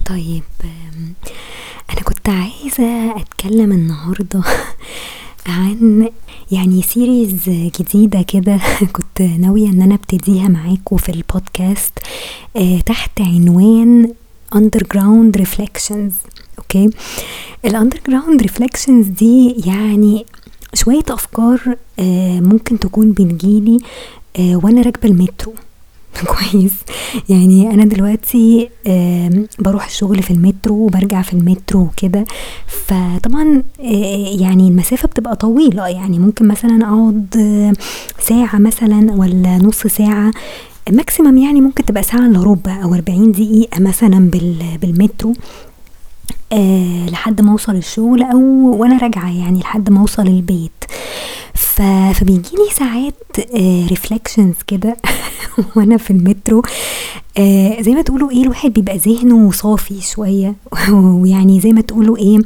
طيب أنا كنت عايزة أتكلم النهاردة عن يعني سيريز جديدة كده. كنت ناوية ان انا ابتديها معاكم في البودكاست تحت عنوان Underground Reflections. اوكي، Underground Reflections دي يعني شوية افكار ممكن تكون بتجيلي وانا راكبة المترو. كويس، يعني انا دلوقتي بروح الشغل في المترو وبرجع في المترو وكده. فطبعا يعني المسافة بتبقى طويلة، يعني ممكن مثلا اقعد ساعة مثلا ولا نص ساعة ماكسيمم، يعني ممكن تبقى ساعة الا ربع او 40 دقيقة مثلا بالمترو لحد ما اوصل الشغل او وانا راجعة، يعني لحد ما اوصل البيت. فبيجيلي ساعات ريفلكشنز كده وانا في المترو. زي ما تقولوا ايه، الواحد بيبقى ذهنه صافي شوية ويعني زي ما تقولوا ايه،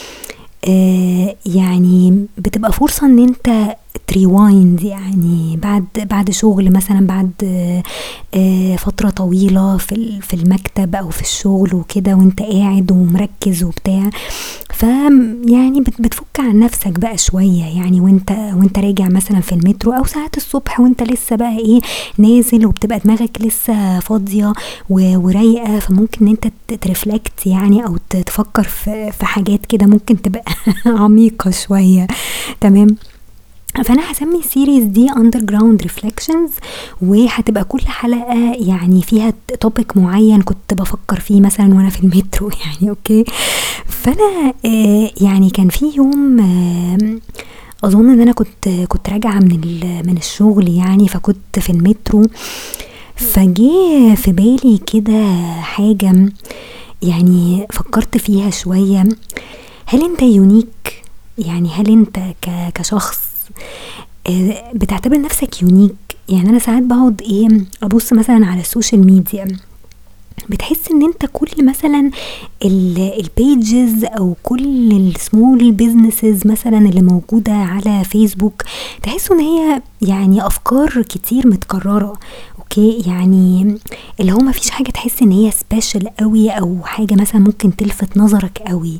يعني بتبقى فرصة ان انت تريوايند، يعني بعد شغل مثلا، بعد فترة طويلة في المكتب او في الشغل وكده، وانت قاعد ومركز وبتاع. يعني بتفك عن نفسك بقى شوية، يعني وانت راجع مثلا في المترو، او ساعات الصبح وانت لسه بقى ايه نازل، وبتبقى دماغك لسه فاضية ورايقة، فممكن انت ترفلكت يعني، او تفكر في حاجات كده ممكن تبقى عميقة شوية. تمام، فانا هسمي السيريز دي Underground Reflections، وهتبقى كل حلقة يعني فيها توبيك معين كنت بفكر فيه مثلا وانا في المترو يعني. اوكي، فانا يعني كان في يوم اظن ان انا كنت راجعة من الشغل يعني، فكنت في المترو، فجي في بالي كده حاجة يعني فكرت فيها شوية. هل انت يونيك؟ يعني هل انت كشخص بتعتبر نفسك يونيك؟ يعني انا ساعات بقعد ابص مثلا على السوشيال ميديا، بتحس ان انت كل مثلا البيجز او كل السمول بيزنسز مثلا اللي موجودة على فيسبوك، تحس ان هي يعني افكار كتير متكررة. اوكي، يعني اللي هو ما فيش حاجة تحس ان هي سبيشال قوي، او حاجة مثلا ممكن تلفت نظرك قوي.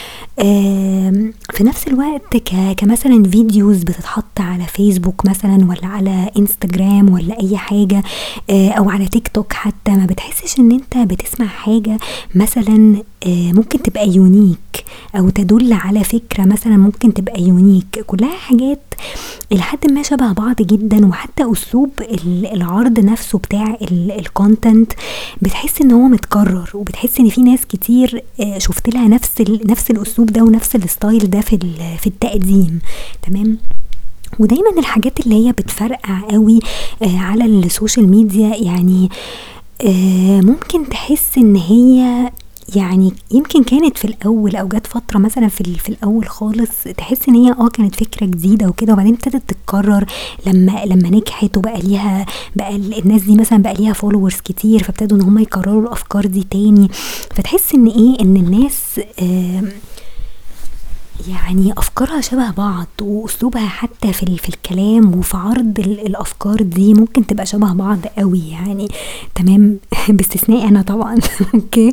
في نفس الوقت كمثلا فيديوز بتتحط على فيسبوك مثلا، ولا على انستجرام، ولا اي حاجة، او على تيك توك حتى، ما بتحسش ان انت بتسمع حاجة مثلا ممكن تبقى يونيك، او تدل على فكرة مثلا ممكن تبقى يونيك. كلها حاجات لحد ما شبه بعض جدا، وحتى اسلوب العرض نفسه بتاع الكونتنت بتحس ان هو متكرر، وبتحس ان في ناس كتير شفت لها نفس الاسلوب ده ونفس الستايل ده في التقديم. تمام، ودايما الحاجات اللي هي بتفرقع قوي على السوشيال ميديا، يعني ممكن تحس ان هي يعني يمكن كانت في الاول، او جت فتره مثلا في الاول خالص تحس ان هي كانت فكره جديده وكده، وبعدين ابتدت تتكرر لما نجحت، وبقى ليها بقى الناس دي مثلا بقى ليها فولورز كتير، فابتدوا ان هم يكرروا الافكار دي تاني. فتحس ان الناس يعني افكارها شبه بعض، واسلوبها حتى في الكلام وفي عرض الافكار دي ممكن تبقى شبه بعض قوي يعني. تمام باستثناء انا طبعا. اوكي،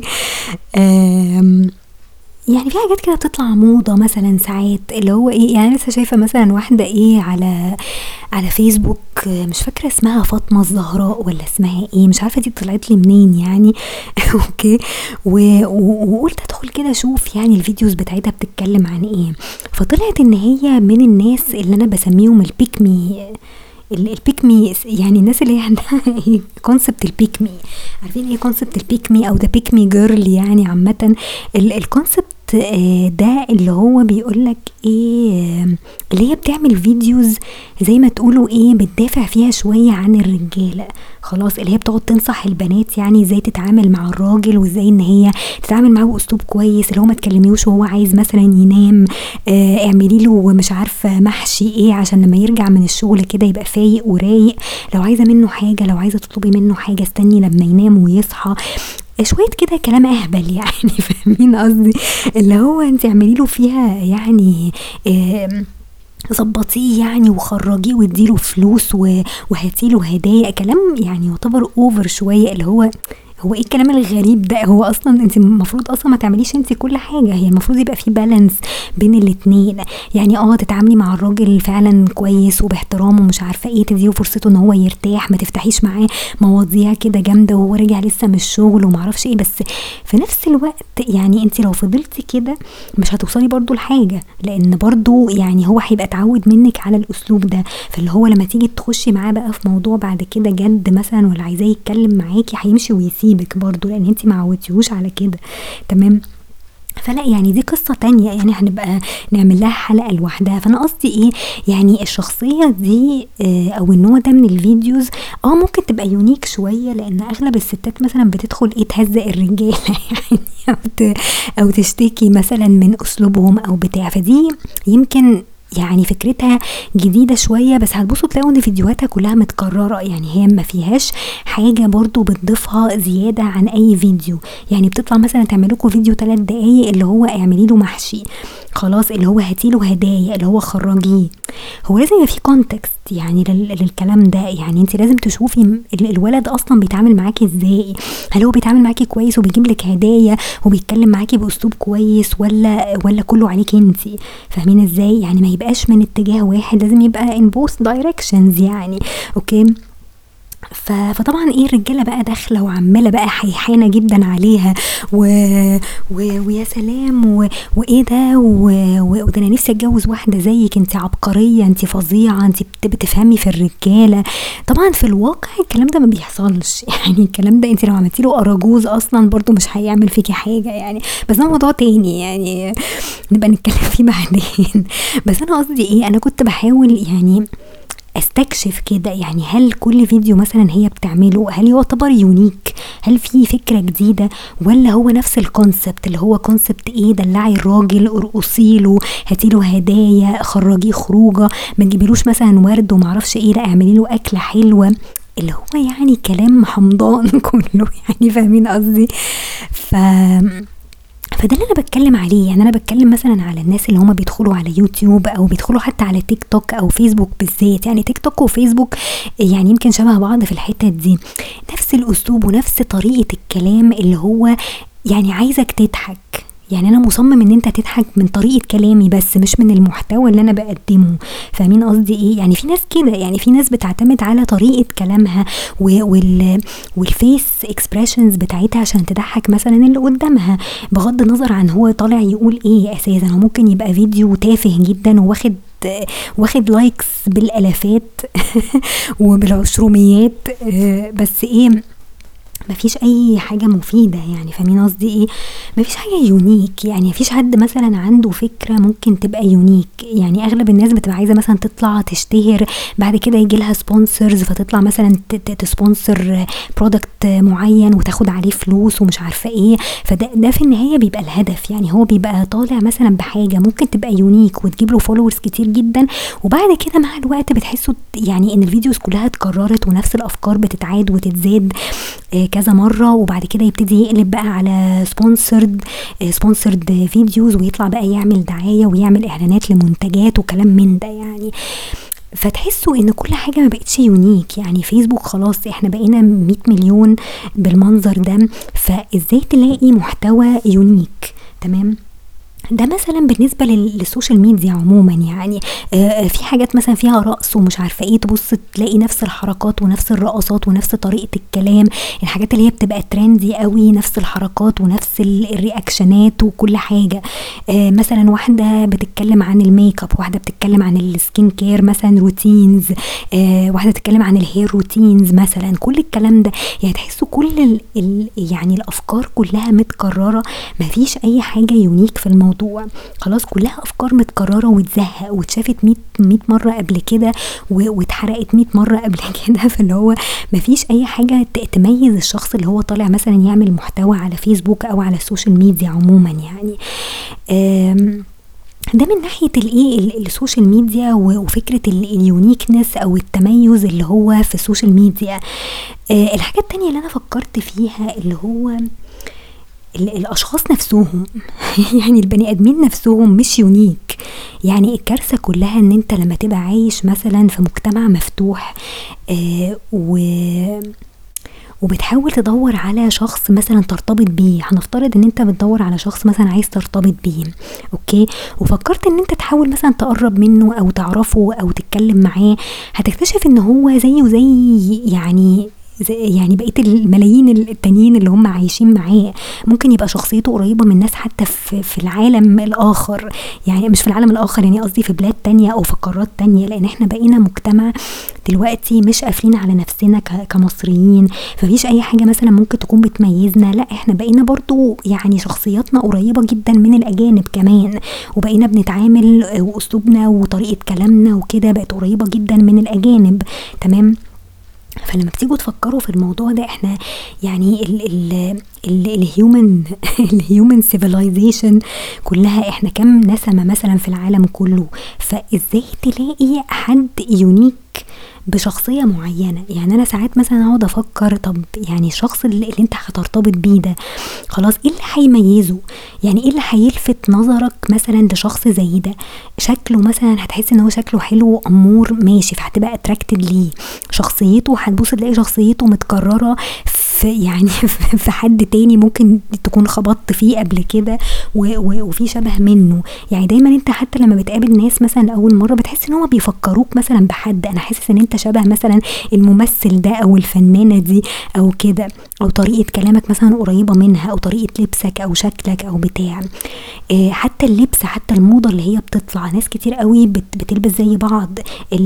يعني في حاجات كده بتطلع موضة مثلا ساعات، اللي هو يعني لسه شايفة مثلا واحدة على فيسبوك، مش فاكرة اسمها فاطمة الزهراء ولا اسمها مش عارفة دي طلعت لي منين يعني. اوكي، وقلت ادخل كده اشوف يعني الفيديوز بتاعتها بتتكلم عن فطلعت ان هي من الناس اللي انا بسميهم البيكمي، يعني الناس اللي هي عندها كونسبت البيكمي. عارفين كونسبت البيكمي او ده بيكمي جيرل؟ يعني عامة الكونسبت ده اللي هو بيقولك اللي هي بتعمل فيديوز زي ما تقولوا بتدافع فيها شوية عن الرجالة، خلاص، اللي هي بتقعد تنصح البنات يعني ازاي تتعامل مع الراجل، وازاي ان هي تتعامل معه باسلوب كويس، اللي هو ما تكلميوش وهو عايز مثلا ينام، اعملي له مش عارفة محشي عشان لما يرجع من الشغل كده يبقى فايق ورايق، لو عايزة منه حاجة، لو عايزة تطلبي منه حاجة استني لما ينام ويصحى. شوية كده كلام اهبل يعني. فاهمين قصدي؟ اللي هو انت اعملي له فيها يعني ظبطيه يعني، وخرجيه واديله فلوس وهاتيله هدايا، كلام يعني يعتبر اوفر شوية، اللي هو هو ايه الكلام الغريب ده؟ هو اصلا انت المفروض اصلا ما تعمليش انت كل حاجه، هي المفروض يبقى في بالانس بين الاتنين. يعني تتعاملي مع الراجل فعلا كويس وباحترام ومش عارفه ايه، تديه فرصته ان هو يرتاح، ما تفتحيش معاه مواضيع كده جامده وهو راجع لسه من الشغل وما اعرفش ايه. بس في نفس الوقت يعني انت لو فضلتي كده مش هتوصلي برضو لحاجه، لان برضو يعني هو هيبقى اتعود منك على الاسلوب ده. فاللي هو لما تيجي تخشي معاه بقى في موضوع بعد كده جد مثلا ولا عايزاه يتكلم معاكي، هيمشي ويسيبك برضو لان انت معودتيهوش على كده. تمام. فلا يعني دي قصة تانية، يعني هنبقى نعمل لها حلقة لوحدها. فانا قصدي ايه، يعني الشخصية دي او النوع ده من الفيديوز ممكن تبقى يونيك شوية، لان اغلب الستات مثلا بتدخل تهزق الرجالة يعني او تشتكي مثلا من اسلوبهم او بتاع. فدي يمكن يعني فكرتها جديدة شوية، بس هتبصوا تلاقوا ان فيديوهاتها كلها متكررة، يعني هي ما فيهاش حاجة برضو بتضيفها زيادة عن اي فيديو. يعني بتطلع مثلا تعملوكوا فيديو 3 دقايق اللي هو اعملي له محشي خلاص، اللي هو هاتيله هدايا، اللي هو خرجيه. هو لازم يبقى في كونتكست يعني للكلام ده. يعني انت لازم تشوفي الولد اصلا بيتعامل معاكي ازاي، هل هو بيتعامل معاكي كويس وبيجيب لك هدايا وبيتكلم معاكي باسلوب كويس، ولا كله عليكي انت؟ فاهمين ازاي؟ يعني ما يبقاش من اتجاه واحد، لازم يبقى in both directions يعني. اوكي. فطبعا الرجاله بقى داخله وعماله بقى حيحانه جدا عليها ويا سلام وايه ده وده انا نفسي اتجوز واحده زيك، انت عبقريه، انت فظيعه، انت بتفهمي في الرجاله. طبعا في الواقع الكلام ده ما بيحصلش يعني الكلام ده انت لو عملتي له اراجوز اصلا برضو مش هيعمل فيكي حاجه يعني. بس ده موضوع تاني يعني نبقى نتكلم فيه بعدين. بس انا قصدي انا كنت بحاول يعني استكشف كده، يعني هل كل فيديو مثلا هي بتعمله هل يعتبر يونيك، هل في فكرة جديدة، ولا هو نفس الكونسبت اللي هو كونسبت دلعي الراجل، ارقصيله، هاتيله هدايا، خرجيه خروجه، ما تجيبيلوش مثلا ورد ومعرفش لا اعملي له اكله حلوه، اللي هو يعني كلام حمضان كله يعني. فاهمين قصدي؟ فده اللي انا بتكلم عليه. يعني انا بتكلم مثلا على الناس اللي هما بيدخلوا على يوتيوب او بيدخلوا حتى على تيك توك او فيسبوك بالذات. يعني تيك توك وفيسبوك يعني يمكن شبه بعض في الحتة دي، نفس الاسلوب ونفس طريقة الكلام اللي هو يعني عايزك تضحك. يعني انا مصمم ان انت تضحك من طريقة كلامي بس مش من المحتوى اللي انا بقدمه. فاهمين قصدي يعني في ناس كده، يعني في ناس بتعتمد على طريقة كلامها والفيس اكسبريشنز بتاعتها عشان تضحك مثلا اللي قدامها، بغض النظر عن هو طالع يقول اساسا. هو ممكن يبقى فيديو تافه جدا واخد لايكس بالالافات وبالعشرميات، بس مفيش اي حاجة مفيدة. يعني فاهمين قصدي مفيش حاجة يونيك. يعني مفيش حد مثلا عنده فكرة ممكن تبقى يونيك. يعني اغلب الناس بتبقى عايزة مثلا تطلع تشتهر، بعد كده يجي لها سبونسرز فتطلع مثلا تسبونسر برودكت معين وتاخد عليه فلوس ومش عارفة فده في النهاية بيبقى الهدف. يعني هو بيبقى طالع مثلا بحاجة ممكن تبقى يونيك وتجيب له فولورز كتير جدا، وبعد كده مع الوقت بتحسوا يعني ان الفيديوز كلها اتكررت ونفس الافكار بتتعاد وتتزاد كذا مرة، وبعد كده يبتدي يقلب بقى على سبونسرد فيديوز ويطلع بقى يعمل دعاية ويعمل اعلانات لمنتجات وكلام من ده يعني. فتحسوا ان كل حاجة ما بقتش يونيك. يعني فيسبوك خلاص احنا بقينا 100 مليون بالمنظر ده، فازاي تلاقي محتوى يونيك؟ تمام. ده مثلا بالنسبة للسوشيال ميديا عموما. يعني في حاجات مثلا فيها رقص ومش عارفة تبص تلاقي نفس الحركات ونفس الرقصات ونفس طريقة الكلام، الحاجات اللي هي بتبقى ترندي قوي نفس الحركات ونفس الرياكشنات وكل حاجة. مثلا واحدة بتتكلم عن الميك اب، واحدة بتتكلم عن السكين كير مثلا روتينز، واحدة بتتكلم عن الهير روتينز مثلا، كل الكلام ده. يعني تحسوا كل يعني الافكار كلها متكررة، مفيش اي حاجة يونيك في الموضوع. خلاص كلها افكار متكرره وتزهق واتشافت 100 مره قبل كده واتحرقت 100 مره قبل كده. فاللي هو مفيش اي حاجه تميز الشخص اللي هو طالع مثلا يعمل محتوى على فيسبوك او على السوشيال ميديا عموما. يعني ده من ناحيه السوشيال ميديا وفكره اليونيكنس او التميز اللي هو في السوشيال ميديا. الحاجه التانية اللي انا فكرت فيها اللي هو الاشخاص نفسهم يعني البني ادمين نفسهم مش يونيك. يعني الكارثة كلها ان انت لما تبقى عايش مثلا في مجتمع مفتوح وبتحاول تدور على شخص مثلا ترتبط بيه. هنفترض ان انت بتدور على شخص مثلا عايز ترتبط بيه، اوكي، وفكرت ان انت تحاول مثلا تقرب منه او تعرفه او تتكلم معاه، هتكتشف ان هو زيه زي يعني بقية الملايين التانيين اللي هم عايشين معاه. ممكن يبقى شخصيته قريبة من ناس حتى في العالم الآخر، يعني مش في العالم الآخر، يعني قصدي في بلاد تانية أو في قارات تانية، لأن احنا بقينا مجتمع دلوقتي مش قافلين على نفسنا كمصريين، فمفيش أي حاجة مثلا ممكن تكون بتميزنا، لا احنا بقينا برضو يعني شخصياتنا قريبة جدا من الأجانب كمان، وبقينا بنتعامل وأسلوبنا وطريقة كلامنا وكده بقت قريبة جدا من الأجانب، تمام. فلما بتيجوا تفكروا في الموضوع ده، احنا يعني الهيومن سيفيلايزيشن كلها احنا كم نسمة مثلا في العالم كله، فازاي تلاقي حد يونيك بشخصية معينة؟ يعني انا ساعات مثلا اقعد افكر، طب يعني الشخص اللي انت هترتبط بيه ده خلاص ايه اللي هيميزه؟ يعني ايه اللي هيلفت نظرك مثلا لشخص زي ده؟ شكله مثلا هتحس ان هو شكله حلو امور، ماشي، فهتبقى اتراكتد ليه. شخصيته هتبص تلاقي شخصيته متكررة في يعني في حد تاني ممكن تكون خبطت فيه قبل كده وفي شبه منه. يعني دايما انت حتى لما بتقابل ناس مثلا لاول مره بتحس ان هم بيفكروك مثلا بحد، انا حاسس ان انت شبه مثلا الممثل ده او الفنانه دي او كده، او طريقه كلامك مثلا قريبه منها، او طريقه لبسك او شكلك او بتاع. حتى اللبس، حتى الموضه اللي هي بتطلع، ناس كتير قوي بتلبس زي بعض،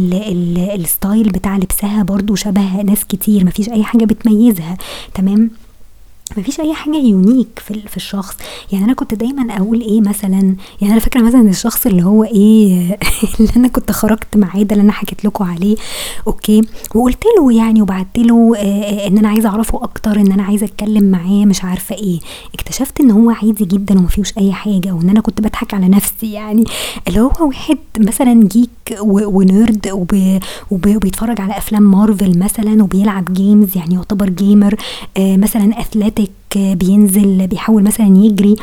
الستايل بتاع لبسها برضو شبه ناس كتير، مفيش اي حاجه بتميزها، تمام. مفيش اي حاجه يونيك في الشخص. يعني انا كنت دايما اقول ايه مثلا، يعني انا فاكره مثلا الشخص اللي هو ايه اللي انا كنت خرجت معاه ده اللي انا حكيت لكم عليه، اوكي، وقلت له يعني وبعت له ان انا عايزه اعرفه اكتر، ان انا عايزه اتكلم معاه، مش عارفه ايه. اكتشفت ان هو عادي جدا وما فيهوش اي حاجه، وان انا كنت بضحك على نفسي، يعني اللي هو واحد مثلا جيك ونيرد وبيتفرج على افلام مارفل مثلا وبيلعب جيمز، يعني يعتبر جيمر، مثلا اثليتيك، بينزل بيحاول مثلا يجري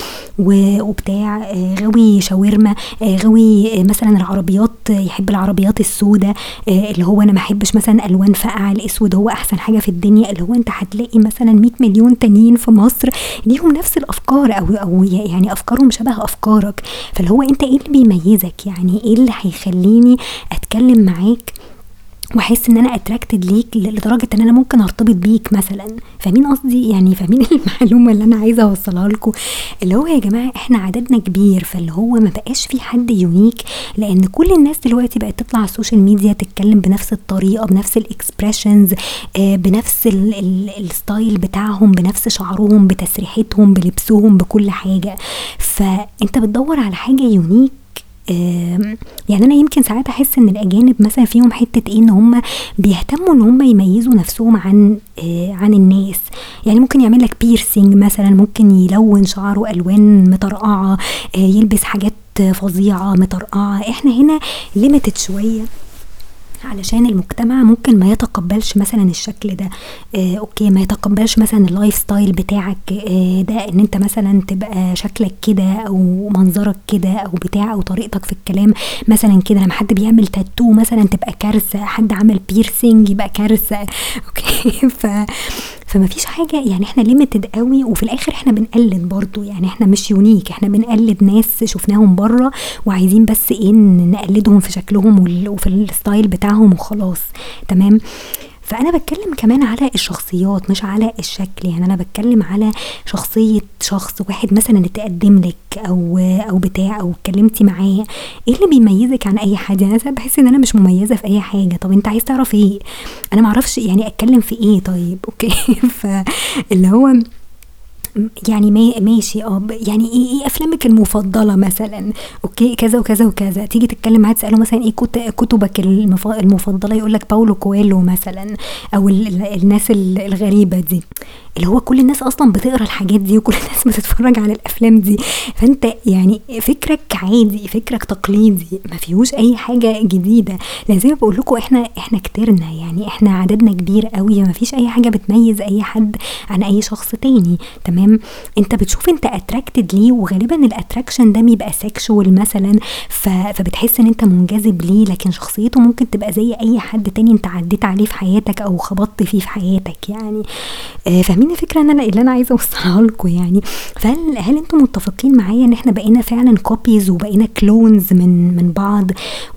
وبتاع، غاوي شاورما، غاوي مثلا العربيات، يحب العربيات السوداء، اللي هو انا ما احبش مثلا الوان فاقعه، الاسود هو احسن حاجه في الدنيا. اللي هو انت هتلاقي مثلا 100 مليون تانيين في مصر ليهم نفس الافكار، او يعني افكارهم شبه افكارك. فاللي هو انت ايه اللي بيميزك؟ يعني ايه اللي هيخليني اتكلم معاك واحس ان انا اتراكتد ليك لدرجه ان انا ممكن ارتبط بيك مثلا؟ فاهمين قصدي؟ يعني فاهمين المعلومه اللي انا عايزه اوصلها لكم؟ اللي هو يا جماعه احنا عددنا كبير، فاللي هو ما بقاش في حد يونيك، لان كل الناس دلوقتي بقت تطلع على السوشيال ميديا تتكلم بنفس الطريقه، بنفس الاكسبريشنز، بنفس الستايل بتاعهم، بنفس شعرهم، بتسريحتهم، بلبسهم، بكل حاجه. فانت بتدور على حاجه يونيك. يعني انا يمكن ساعات احس ان الاجانب مثلا فيهم حته ايه، ان هم بيهتموا ان هم يميزوا نفسهم عن الناس. يعني ممكن يعمل لك بيرسينج مثلا، ممكن يلون شعره الوان مطرقعه، يلبس حاجات فظيعه مطرقعه. احنا هنا ليميتد شويه علشان المجتمع ممكن ما يتقبلش مثلا الشكل ده، اوكي، ما يتقبلش مثلا اللايف ستايل بتاعك ده، ان انت مثلا تبقى شكلك كده او منظرك كده او بتاع، او طريقتك في الكلام مثلا كده. لما حد بيعمل تاتو مثلا تبقى كارثه، حد عمل بيرسينج يبقى كارثه، اوكي. فما فيش حاجه، يعني احنا ليميتد قوي، وفي الاخر احنا بنقلد برضو، يعني احنا مش يونيك، احنا بنقلد ناس شفناهم بره وعايزين بس ايه نقلدهم في شكلهم وفي الستايل بتاعهم وخلاص، تمام. فانا بتكلم كمان على الشخصيات مش على الشكل. يعني انا بتكلم على شخصية شخص واحد مثلا اتقدم لك او بتاع، او اتكلمتي معاه، ايه اللي بيميزك عن اي حد؟ يعني انا بحس ان انا مش مميزة في اي حاجة. طب انت عايز تعرف ايه؟ انا معرفش يعني اتكلم في ايه؟ طيب اوكي. فاللي هو يعني ماشي، يعني ايه افلامك المفضله مثلا؟ اوكي، كذا وكذا وكذا. تيجي تتكلم معاه تساله مثلا ايه كتبك المفضله، يقول لك باولو كويلو مثلا، او الناس الغريبه دي، اللي هو كل الناس اصلا بتقرا الحاجات دي وكل الناس بتتفرج على الافلام دي. فانت يعني فكرك عادي، فكرك تقليدي، ما فيهوش اي حاجه جديده. لان زي ما بقول لكم احنا كترنا، يعني احنا عددنا كبير قوي، ما فيش اي حاجه بتميز اي حد عن اي شخص تاني، تمام. تمام، انت بتشوف انت اتراكتد ليه، وغالبا الاتراكشن ده بيبقى سيكشوال مثلا، فبتحس ان انت منجذب ليه، لكن شخصيته ممكن تبقى زي اي حد تاني انت عديت عليه في حياتك او خبطت فيه في حياتك يعني. فاهمين الفكره ان انا اللي انا عايزه اوصلها لكم يعني؟ فهل انتم متفقين معايا ان احنا بقينا فعلا كوبيز وبقينا كلونز من بعض،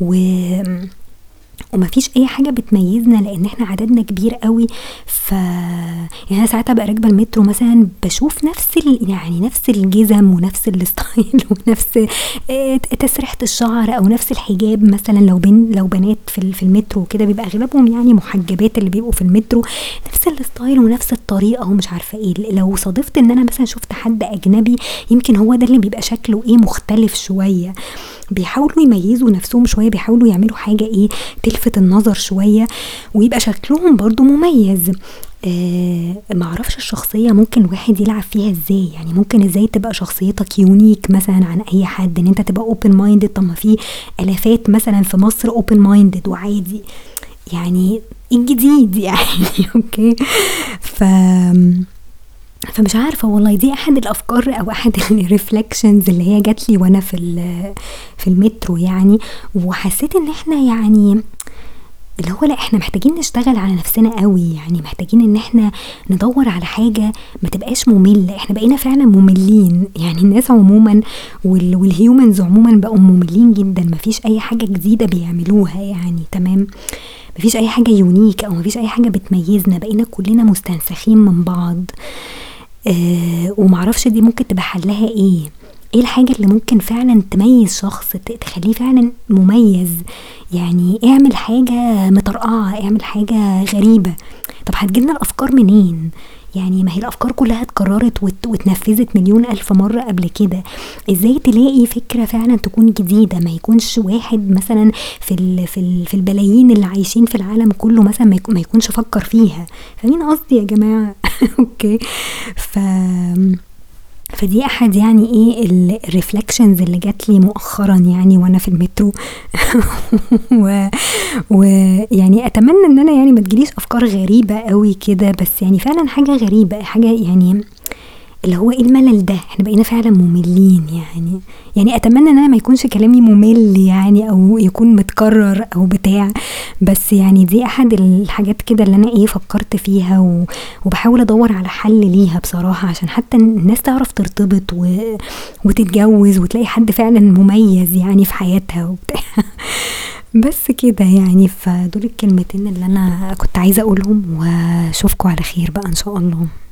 ومفيش اي حاجه بتميزنا لان احنا عددنا كبير قوي؟ يعني انا ساعات ابقى راكبه المترو مثلا بشوف يعني نفس الجزم ونفس الستايل ونفس تسريحه الشعر او نفس الحجاب مثلا، لو بنات في المترو كده بيبقى اغلبهم يعني محجبات اللي بيبقوا في المترو، نفس الستايل ونفس الطريقه ومش عارفه ايه. لو صادفت ان انا مثلا شفت حد اجنبي يمكن هو ده اللي بيبقى شكله ايه مختلف شويه، بيحاولوا يميزوا نفسهم شويه، بيحاولوا يعملوا حاجه ايه تلفت النظر شويه ويبقى شكلهم برضو مميز. معرفش الشخصية ممكن واحد يلعب فيها ازاي، يعني ممكن ازاي تبقى شخصيتك يونيك مثلا عن اي حد، ان انت تبقى open minded. طب ما في الافات مثلا في مصر open minded وعادي، يعني ايه الجديد يعني؟ اوكي. فمش عارفة والله، دي احد الافكار او احد الريفلكشنز اللي هي جات لي وانا في المترو يعني. وحسيت ان احنا يعني اللي هو لا، احنا محتاجين نشتغل على نفسنا قوي، يعني محتاجين ان احنا ندور على حاجة ما تبقاش مملة. احنا بقينا فعلا مملين، يعني الناس عموما والهيومنز عموما بقوا مملين جدا، مفيش اي حاجة جديدة بيعملوها يعني. تمام، مفيش اي حاجة يونيك او مفيش اي حاجة بتميزنا، بقينا كلنا مستنسخين من بعض. ومعرفش دي ممكن تبقى حلها ايه الحاجة اللي ممكن فعلا تميز شخص، تخليه فعلا مميز. يعني اعمل حاجة مطرقعة، اعمل حاجة غريبة. طب هتجيلنا الافكار منين؟ يعني ما هي الافكار كلها اتكررت واتنفذت مليون الف مرة قبل كده. ازاي تلاقي فكرة فعلا تكون جديدة، ما يكونش واحد مثلا في البلايين اللي عايشين في العالم كله مثلا ما يكونش فكر فيها؟ فمين قصدي يا جماعة؟ اوكي. فدي احد يعني ايه الريفلكشنز اللي جات لي مؤخرا يعني وانا في المترو. ويعني اتمنى ان انا يعني ما تجيليش افكار غريبة قوي كده، بس يعني فعلا حاجة غريبة، حاجة يعني اللي هو ايه الملل ده؟ احنا بقينا فعلا مملين يعني اتمنى ان انا ما يكونش كلامي ممل يعني او يكون متكرر او بتاع، بس يعني دي احد الحاجات كده اللي انا ايه فكرت فيها وبحاول ادور على حل ليها بصراحة، عشان حتى الناس تعرف ترتبط وتتجوز وتلاقي حد فعلا مميز يعني في حياتها وبتاع. بس كده يعني، فدول الكلمتين اللي انا كنت عايزة اقولهم، واشوفكم على خير بقى ان شاء الله.